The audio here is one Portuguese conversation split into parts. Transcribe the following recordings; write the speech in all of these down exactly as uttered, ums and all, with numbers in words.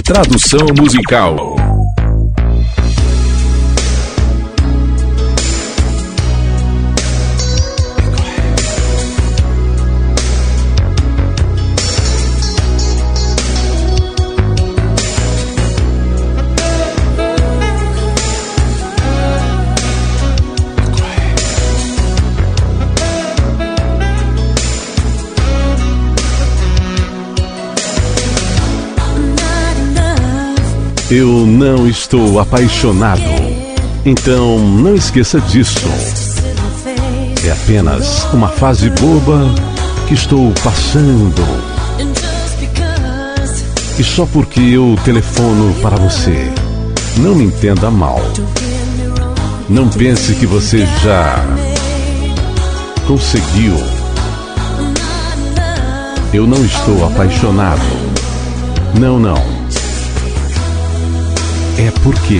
Tradução musical. Eu não estou apaixonado, então não esqueça disso. É apenas uma fase boba que estou passando. E só porque eu telefono para você, não me entenda mal. Não pense que você já conseguiu. Eu não estou apaixonado. Não, não. É porque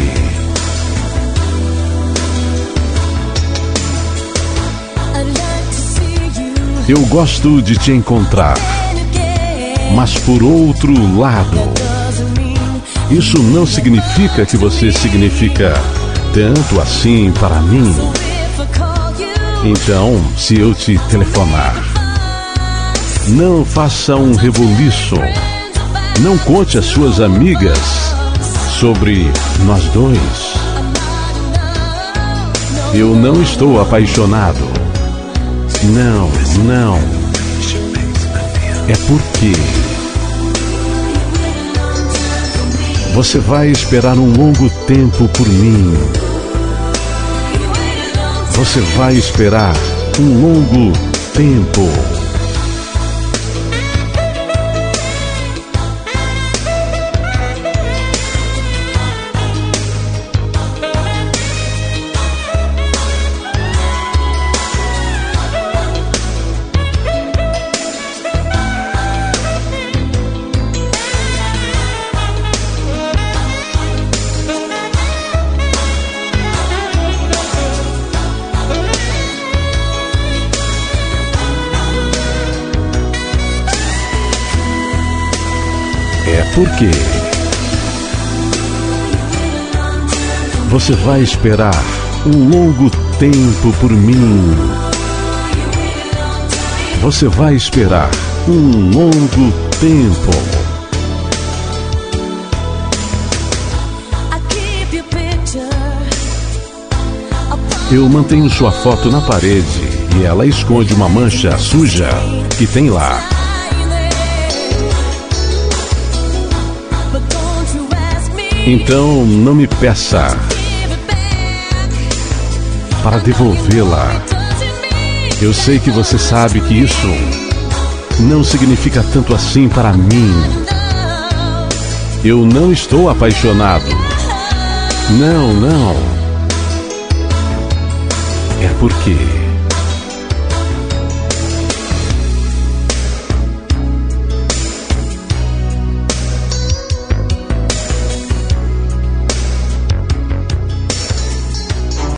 eu gosto de te encontrar, mas por outro lado, isso não significa que você significa tanto assim para mim. Então, se eu te telefonar, não faça um rebuliço, não conte às suas amigas sobre nós dois. Eu não estou apaixonado. Não, não. É porque você vai esperar um longo tempo por mim. Você vai esperar um longo tempo. É porque você vai esperar um longo tempo por mim. Você vai esperar um longo tempo. Eu mantenho sua foto na parede e ela esconde uma mancha suja que tem lá. Então não me peça para devolvê-la. Eu sei que você sabe que isso não significa tanto assim para mim. Eu não estou apaixonado. Não, não. É porque